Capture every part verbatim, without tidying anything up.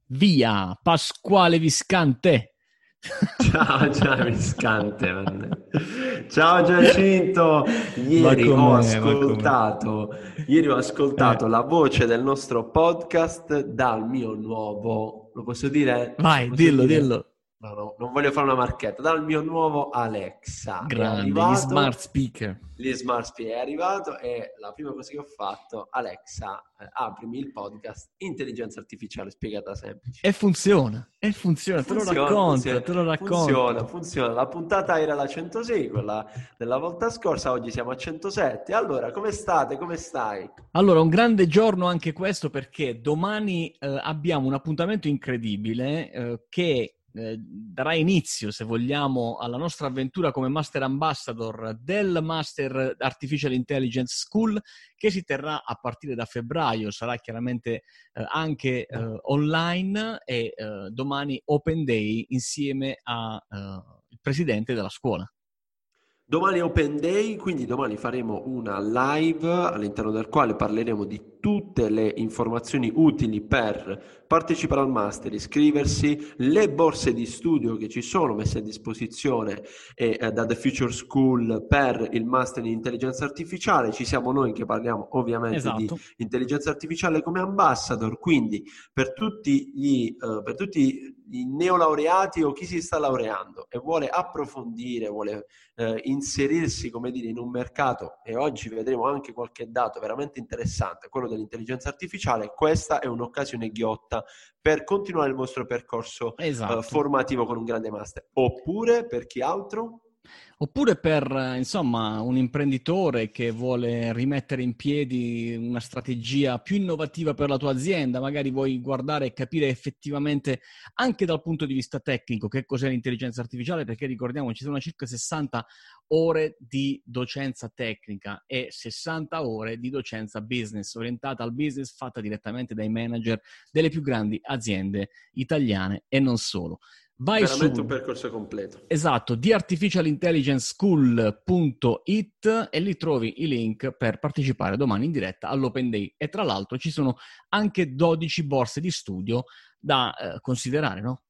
Via, Pasquale Viscante. Ciao, ciao Viscante. man. Ciao Giacinto. Ma Ieri ho com'è, ma com'è? ascoltato, ieri ho Eh, ascoltato la voce del nostro podcast dal mio nuovo, lo posso dire? Lo vai, posso dillo, dire? dillo. No, no, non voglio fare una marchetta, dal mio nuovo Alexa. È Grande, gli smart arrivato, speaker. gli smart speaker è arrivato e la prima cosa che ho fatto, Alexa, eh, aprimi il podcast Intelligenza Artificiale spiegata semplice. E funziona, e funziona, te lo Funziona, racconto, funziona, te lo funziona, racconto. funziona. La puntata era la centosei, quella della volta scorsa, oggi siamo a centosette. Allora, come state? Come stai? Allora, un grande giorno anche questo perché domani eh, abbiamo un appuntamento incredibile eh, che eh, darà inizio, se vogliamo, alla nostra avventura come Master Ambassador del Master Artificial Intelligence School, che si terrà a partire da febbraio. Sarà chiaramente eh, anche eh, online e eh, domani Open Day insieme al presidente della scuola. Domani è Open Day, quindi domani faremo una live all'interno del quale parleremo di tutte le informazioni utili per partecipare al master, iscriversi, le borse di studio che ci sono messe a disposizione eh, da The Future School per il master in intelligenza artificiale. Ci siamo noi che parliamo ovviamente di Esatto. intelligenza artificiale come ambassador, quindi per tutti gli, eh, per tutti i neolaureati o chi si sta laureando e vuole approfondire, vuole eh, inserirsi, come dire, in un mercato, e oggi vedremo anche qualche dato veramente interessante, quello dell'intelligenza artificiale. Questa è un'occasione ghiotta per continuare il vostro percorso eh, Esatto. formativo con un grande master. Oppure per chi altro? Oppure per, eh, insomma, un imprenditore che vuole rimettere in piedi una strategia più innovativa per la tua azienda, magari vuoi guardare e capire effettivamente anche dal punto di vista tecnico che cos'è l'intelligenza artificiale, perché ricordiamo ci sono circa sessanta ore di docenza tecnica e sessanta ore di docenza business, orientata al business, fatta direttamente dai manager delle più grandi aziende italiane e non solo. Vai Veramente su, un percorso completo. esatto, the artificial intelligence school punto it e lì trovi i link per partecipare domani in diretta all'Open Day. E tra l'altro ci sono anche dodici borse di studio da eh, considerare, no?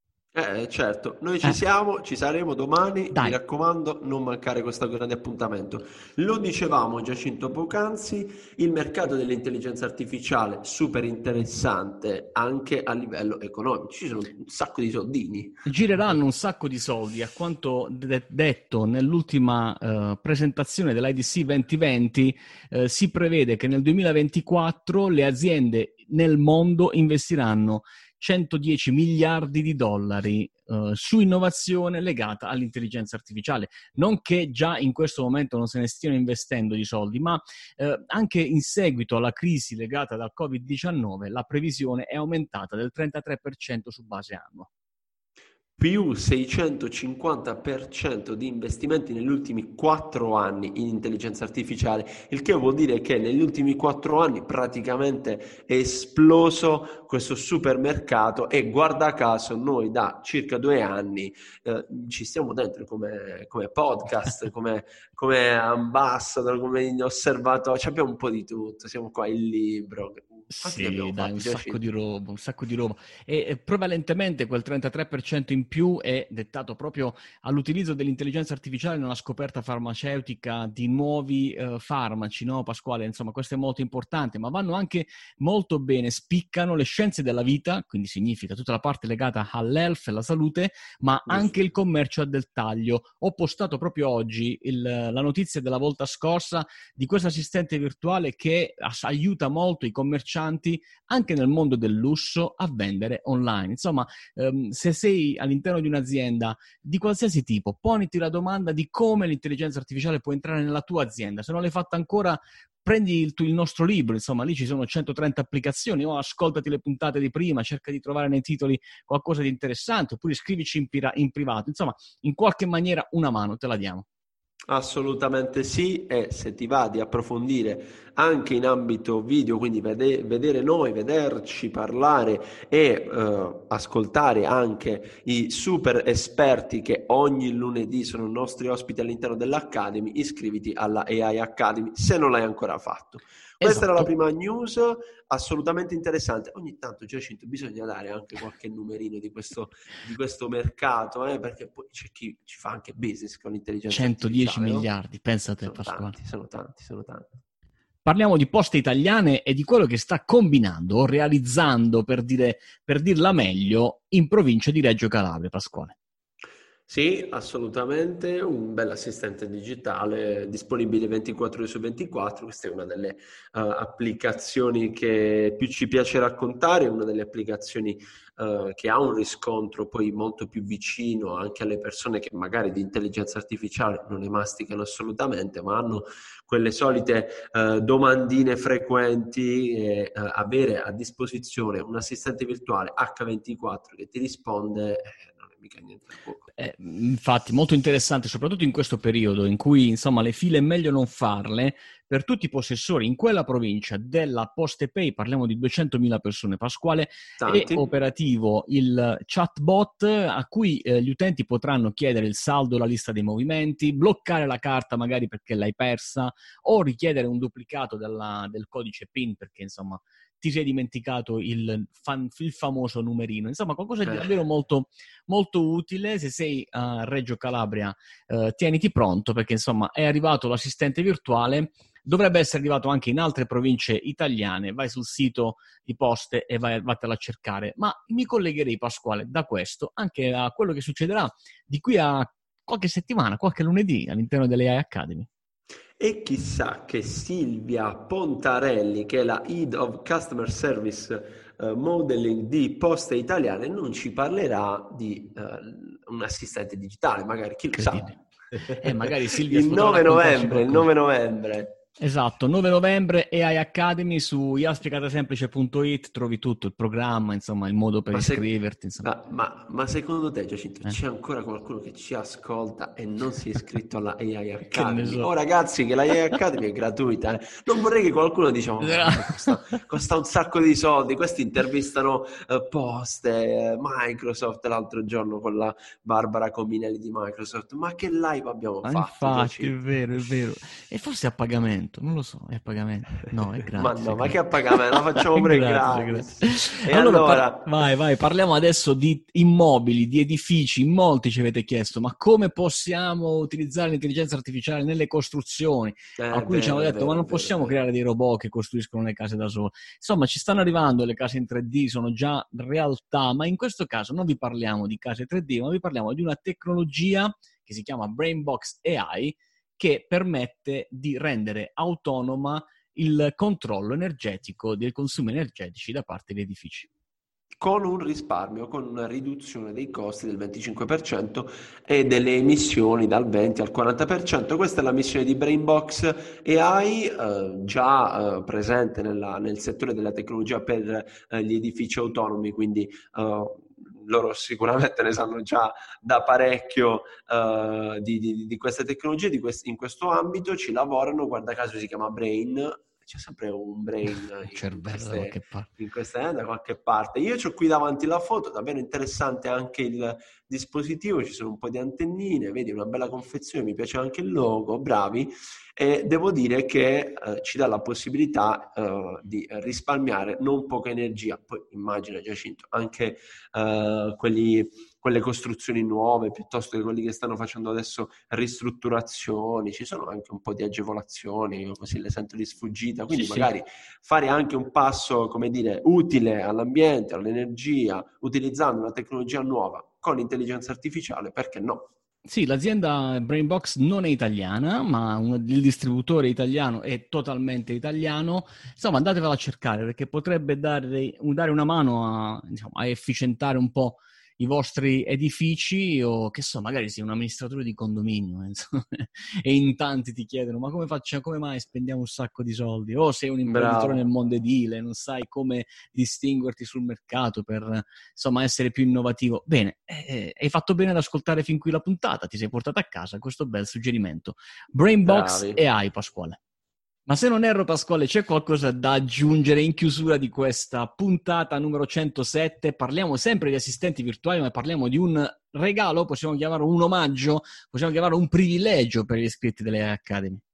Eh, certo, noi ci Eh, siamo, ci saremo domani, mi dai, raccomando, non mancare questo grande appuntamento. Lo dicevamo Giacinto poc'anzi, il mercato dell'intelligenza artificiale super interessante anche a livello economico, ci sono un sacco di soldini. gireranno un sacco di soldi, a quanto de- detto nell'ultima eh, presentazione dell'I D C duemilaventi. Eh, si prevede che nel duemilaventiquattro le aziende nel mondo investiranno centodieci miliardi di dollari eh, su innovazione legata all'intelligenza artificiale. Non che già in questo momento non se ne stiano investendo di soldi, ma eh, anche in seguito alla crisi legata dal covid diciannove la previsione è aumentata del trentatré per cento su base annua. Più seicentocinquanta per cento di investimenti negli ultimi quattro anni in intelligenza artificiale, il che vuol dire che negli ultimi quattro anni praticamente è esploso questo supermercato e guarda caso noi da circa due anni eh, ci stiamo dentro come, come podcast, come, come ambassador, come osservatore, abbiamo un po' di tutto, siamo qua il libro. Quanti ne Sì, abbiamo dai, un fatti, sacco di Giacinto? roba, un sacco di roba. E eh, prevalentemente quel trentatré per cento in più è dettato proprio all'utilizzo dell'intelligenza artificiale nella scoperta farmaceutica di nuovi eh, farmaci, no, Pasquale? Insomma, questo è molto importante, ma vanno anche molto bene, spiccano le scienze della vita, quindi significa tutta la parte legata all'health e alla salute, ma anche Giusto. il commercio a dettaglio. Ho postato proprio oggi il, la notizia della volta scorsa di questo assistente virtuale che as- aiuta molto i commercianti anche nel mondo del lusso a vendere online. Insomma, ehm, se sei all'interno di un'azienda di qualsiasi tipo, poniti la domanda di come l'intelligenza artificiale può entrare nella tua azienda. Se non l'hai fatta ancora, prendi il, tu, il nostro libro, insomma, lì ci sono centotrenta applicazioni, o ascoltati le puntate di prima, cerca di trovare nei titoli qualcosa di interessante, oppure scrivici in, pira- in privato. Insomma, in qualche maniera una mano te la diamo. Assolutamente sì, e se ti va di approfondire anche in ambito video, quindi vede- vedere noi, vederci parlare e eh, ascoltare anche i super esperti che ogni lunedì sono i nostri ospiti all'interno dell'Academy, iscriviti alla A I Academy se non l'hai ancora fatto. Questa Esatto. era la prima news, assolutamente interessante. Ogni tanto, Giacinto, bisogna dare anche qualche numerino di questo, di questo mercato, eh, perché poi c'è chi ci fa anche business con l'intelligenza centodieci artificiale, no? miliardi, pensa a te, Sono Pasquale. tanti, sono tanti, sono tanti. Parliamo di Poste Italiane e di quello che sta combinando o realizzando, per dire, per dirla meglio, in provincia di Reggio Calabria, Pasquale. Sì, assolutamente, un bel assistente digitale disponibile ventiquattro ore su ventiquattro. Questa è una delle uh, applicazioni che più ci piace raccontare, una delle applicazioni uh, che ha un riscontro poi molto più vicino anche alle persone che magari di intelligenza artificiale non ne masticano assolutamente, ma hanno quelle solite uh, domandine frequenti e uh, avere a disposizione un assistente virtuale acca ventiquattro che ti risponde eh, non è mica niente da poco. Eh, infatti molto interessante, soprattutto in questo periodo in cui insomma le file è meglio non farle per tutti i possessori in quella provincia della PostePay, parliamo di duecentomila persone, Pasquale. Tanti. È operativo il chatbot a cui eh, gli utenti potranno chiedere il saldo, la lista dei movimenti, bloccare la carta magari perché l'hai persa o richiedere un duplicato della, del codice PIN perché insomma ti sei dimenticato il, fan, il famoso numerino. Insomma, qualcosa di davvero molto, molto utile. Se sei a Reggio Calabria, eh, tieniti pronto perché insomma è arrivato l'assistente virtuale. Dovrebbe essere arrivato anche in altre province italiane. Vai sul sito di Poste e vai, vattela a cercare. Ma mi collegherei, Pasquale, da questo anche a quello che succederà di qui a qualche settimana, qualche lunedì all'interno delle A I Academy. E chissà che Silvia Pontarelli, che è la Head of Customer Service uh, Modeling di Poste Italiane, non ci parlerà di uh, un assistente digitale, magari, chi lo sa. Eh, magari Silvia il nove novembre, il nove novembre. Esatto, nove novembre A I Academy su iaspiegatesemplice punto it trovi tutto, il programma, insomma, il modo per ma iscriverti. Se, ma, ma, ma secondo te, Giacinto, eh? c'è ancora qualcuno che ci ascolta e non si è iscritto alla A I Academy? So. Oh ragazzi, che la A I Academy è gratuita. Eh? Non vorrei che qualcuno dice, oh, costa, costa un sacco di soldi. Questi intervistano uh, Poste, uh, Microsoft l'altro giorno con la Barbara Cominelli di Microsoft. Ma che live abbiamo ma fatto? Infatti, Giacinto? È vero, è vero. E forse a pagamento. Non lo so, è a pagamento. No, è gratis. ma no, è ma gratis. che a pagamento? La facciamo pure gratis. E allora, allora... Par- vai, vai, parliamo adesso di immobili, di edifici. In molti ci avete chiesto, ma come possiamo utilizzare l'intelligenza artificiale nelle costruzioni? Eh, Alcuni vero, ci hanno detto, vero, ma non vero, possiamo vero. creare dei robot che costruiscono le case da soli. Insomma, ci stanno arrivando le case in tre D, sono già realtà, ma in questo caso non vi parliamo di case tre D, ma vi parliamo di una tecnologia che si chiama Brainbox A I, che permette di rendere autonoma il controllo energetico dei consumi energetici da parte degli edifici. Con un risparmio, con una riduzione dei costi del venticinque per cento e delle emissioni dal venti al quaranta per cento. Questa è la missione di Brainbox A I, eh, già eh, presente nella, nel settore della tecnologia per eh, gli edifici autonomi, quindi eh, loro sicuramente ne sanno già da parecchio uh, di, di, di queste tecnologie, di quest- in questo ambito ci lavorano, guarda caso si chiama Brain, c'è sempre un brain in, cervello queste, da qualche parte. in queste, eh, da qualche parte. Io ho qui davanti la foto, davvero interessante anche il dispositivo, ci sono un po' di antennine, vedi una bella confezione, mi piace anche il logo, bravi, e devo dire che eh, ci dà la possibilità eh, di risparmiare non poca energia. Poi immagina, Giacinto, anche eh, quelli, quelle costruzioni nuove piuttosto che quelli che stanno facendo adesso ristrutturazioni, ci sono anche un po' di agevolazioni, io così le sento di sfuggita, quindi sì, magari sì. fare anche un passo, come dire, utile all'ambiente, all'energia, utilizzando una tecnologia nuova con l'intelligenza artificiale, perché no? Sì, l'azienda Brainbox non è italiana, ma un, il distributore italiano è totalmente italiano. Insomma, andatevela a cercare perché potrebbe dare, dare una mano a, diciamo, a efficientare un po' i vostri edifici o che so, magari sei un amministratore di condominio insomma, e in tanti ti chiedono ma come facciamo, come mai spendiamo un sacco di soldi? O sei un imprenditore Bravo. nel mondo edile, non sai come distinguerti sul mercato per insomma essere più innovativo. Bene, eh, hai fatto bene ad ascoltare fin qui la puntata, ti sei portato a casa questo bel suggerimento. Brainbox Bravi. A I, Pasquale. Ma se non erro, Pasquale, c'è qualcosa da aggiungere in chiusura di questa puntata numero centosette? Parliamo sempre di assistenti virtuali, ma parliamo di un regalo, possiamo chiamarlo un omaggio, possiamo chiamarlo un privilegio per gli iscritti delle Academy.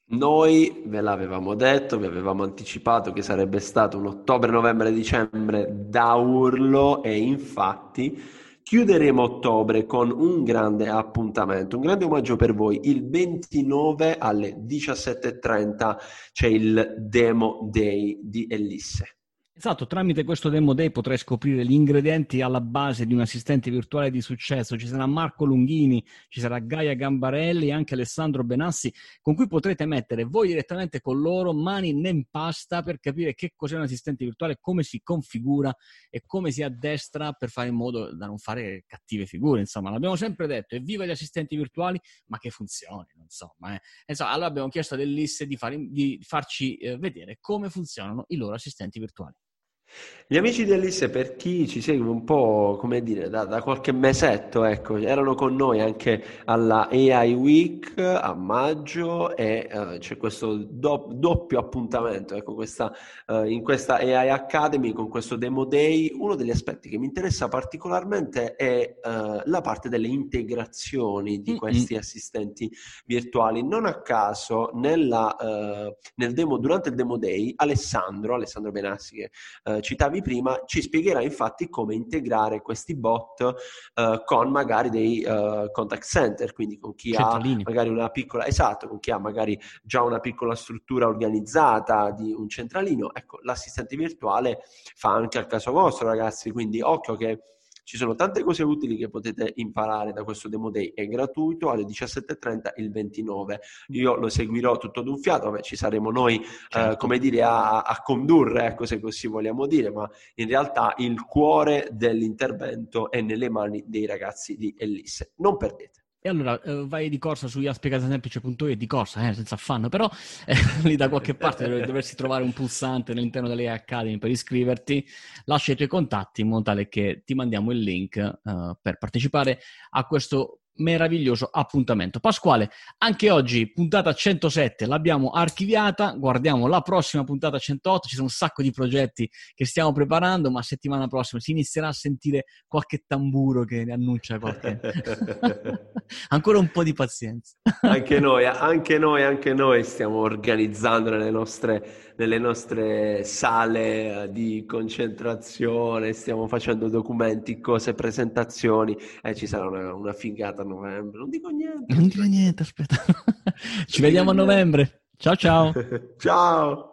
Noi ve l'avevamo detto, vi avevamo anticipato che sarebbe stato un ottobre, novembre, dicembre da urlo e infatti chiuderemo ottobre con un grande appuntamento, un grande omaggio per voi. Il ventinove alle diciassette e trenta c'è il Demo Day di Ellisse. Esatto, tramite questo Demo Day potrai scoprire gli ingredienti alla base di un assistente virtuale di successo. Ci sarà Marco Lunghini, ci sarà Gaia Gambarelli e anche Alessandro Benassi, con cui potrete mettere voi direttamente con loro mani in pasta per capire che cos'è un assistente virtuale, come si configura e come si addestra per fare in modo da non fare cattive figure. Insomma, l'abbiamo sempre detto, evviva gli assistenti virtuali, ma che funzioni, insomma. Eh. Insomma, allora abbiamo chiesto ad Ellisse di, fare, di farci eh, vedere come funzionano i loro assistenti virtuali. Gli amici di Alice, per chi ci segue un po', come dire, da, da qualche mesetto, ecco, erano con noi anche alla A I Week a maggio e eh, c'è questo do- doppio appuntamento, ecco, questa, eh, in questa A I Academy con questo Demo Day. Uno degli aspetti che mi interessa particolarmente è eh, la parte delle integrazioni di Mm-mm. questi assistenti virtuali. Non a caso, nella, eh, nel demo, durante il Demo Day, Alessandro, Alessandro Benassi, che eh, citavi prima, ci spiegherà infatti come integrare questi bot eh, con magari dei uh, contact center, quindi con chi Centralini. ha magari una piccola, esatto, con chi ha magari già una piccola struttura organizzata di un centralino. Ecco, l'assistente virtuale fa anche al caso vostro, ragazzi, quindi occhio che ci sono tante cose utili che potete imparare da questo Demo Day, è gratuito alle diciassette e trenta il ventinove. Io lo seguirò tutto d'un fiato, beh, ci saremo noi, certo. eh, come dire, a, a condurre, ecco, se così vogliamo dire, ma in realtà il cuore dell'intervento è nelle mani dei ragazzi di Ellisse. Non perdete. E allora eh, vai di corsa su iaspiegatesemplice punto it, di corsa, eh, senza affanno, però eh, lì da qualche parte dov- dovresti trovare un pulsante all'interno delle Academy per iscriverti, lascia i tuoi contatti in modo tale che ti mandiamo il link eh, per partecipare a questo meraviglioso appuntamento. Pasquale, anche oggi puntata centosette l'abbiamo archiviata, guardiamo la prossima puntata centootto, ci sono un sacco di progetti che stiamo preparando, ma settimana prossima si inizierà a sentire qualche tamburo che ne annuncia qualche... Ancora un po' di pazienza. Anche noi, anche noi, anche noi stiamo organizzando nelle nostre, nelle nostre sale di concentrazione, stiamo facendo documenti, cose, presentazioni e ci sarà una, una figata a novembre. Non dico niente. Non dico niente, aspetta. Ci vediamo a novembre. Ciao ciao. Ciao.